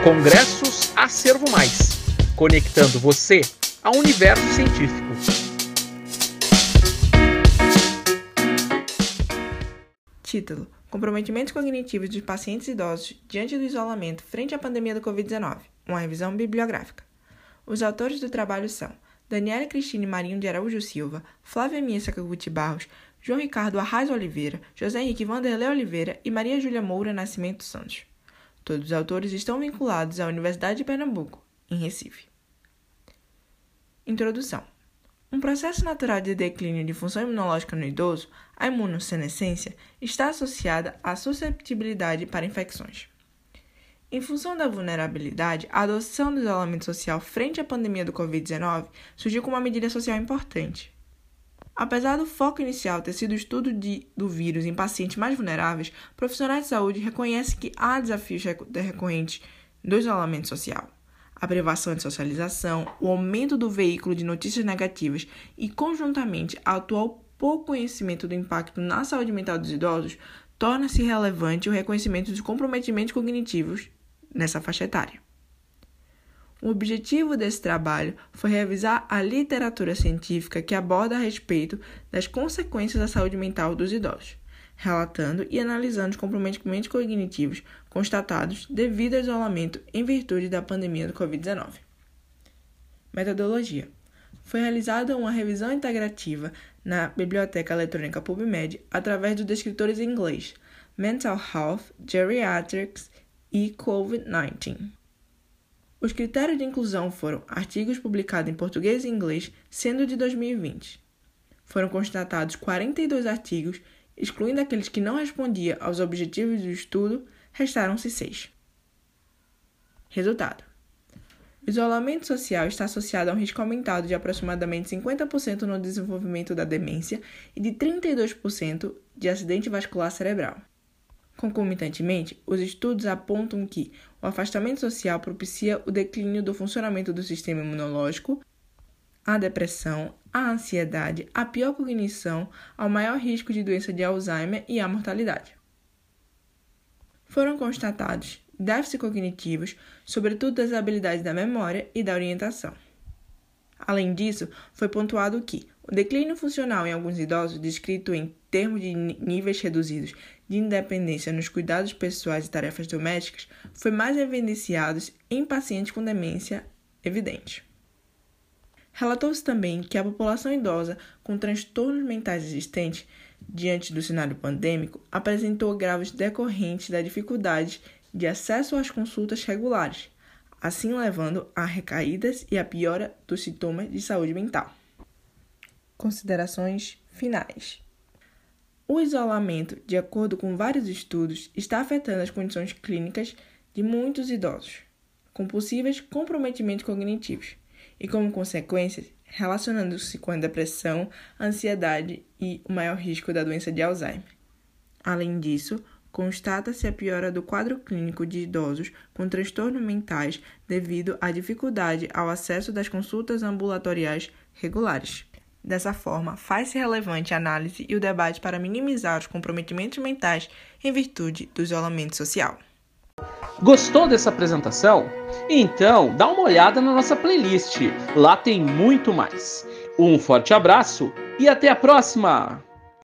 Congressos Acervo Mais, conectando você ao universo científico. Título: Comprometimentos cognitivos dos pacientes idosos diante do isolamento frente à pandemia do Covid-19, uma revisão bibliográfica. Os autores do trabalho são Daniela Cristine Marinho de Araújo Silva, Flávia Mia Sakaguchi Barros, João Ricardo Arraes Oliveira, José Henrique Vanderlei Oliveira e Maria Júlia Moura Nascimento Santos. Todos os autores estão vinculados à Universidade de Pernambuco, em Recife. Introdução. Um processo natural de declínio de função imunológica no idoso, a imunossenescência, está associada à susceptibilidade para infecções. Em função da vulnerabilidade, a adoção do isolamento social frente à pandemia do Covid-19 surgiu como uma medida social importante. Apesar do foco inicial ter sido o estudo do vírus em pacientes mais vulneráveis, profissionais de saúde reconhecem que há desafios recorrentes do isolamento social. A privação de socialização, o aumento do veículo de notícias negativas e, conjuntamente, a atual pouco conhecimento do impacto na saúde mental dos idosos, torna-se relevante o reconhecimento dos comprometimentos cognitivos nessa faixa etária. O objetivo desse trabalho foi revisar a literatura científica que aborda a respeito das consequências da saúde mental dos idosos, relatando e analisando os comprometimentos cognitivos constatados devido ao isolamento em virtude da pandemia do Covid-19. Metodologia. Foi realizada uma revisão integrativa na Biblioteca Eletrônica PubMed através dos descritores em inglês Mental Health, Geriatrics e COVID-19. Os critérios de inclusão foram artigos publicados em português e inglês, sendo de 2020. Foram constatados 42 artigos, excluindo aqueles que não respondiam aos objetivos do estudo, restaram-se 6. Resultado. O isolamento social está associado a um risco aumentado de aproximadamente 50% no desenvolvimento da demência e de 32% de acidente vascular cerebral. Concomitantemente, os estudos apontam que o afastamento social propicia o declínio do funcionamento do sistema imunológico, a depressão, a ansiedade, a pior cognição, ao maior risco de doença de Alzheimer e à mortalidade. Foram constatados déficits cognitivos, sobretudo das habilidades da memória e da orientação. Além disso, foi pontuado que o declínio funcional em alguns idosos, descrito em termos de níveis reduzidos de independência nos cuidados pessoais e tarefas domésticas, foi mais evidenciado em pacientes com demência evidente. Relatou-se também que a população idosa com transtornos mentais existentes, diante do cenário pandêmico, apresentou graves decorrentes da dificuldade de acesso às consultas regulares, assim levando a recaídas e a piora dos sintomas de saúde mental. Considerações finais. O isolamento, de acordo com vários estudos, está afetando as condições clínicas de muitos idosos, com possíveis comprometimentos cognitivos, e como consequência, relacionando-se com a depressão, a ansiedade e o maior risco da doença de Alzheimer. Além disso, constata-se a piora do quadro clínico de idosos com transtornos mentais devido à dificuldade ao acesso das consultas ambulatoriais regulares. Dessa forma, faz-se relevante a análise e o debate para minimizar os comprometimentos mentais em virtude do isolamento social. Gostou dessa apresentação? Então, dá uma olhada na nossa playlist. Lá tem muito mais. Um forte abraço e até a próxima!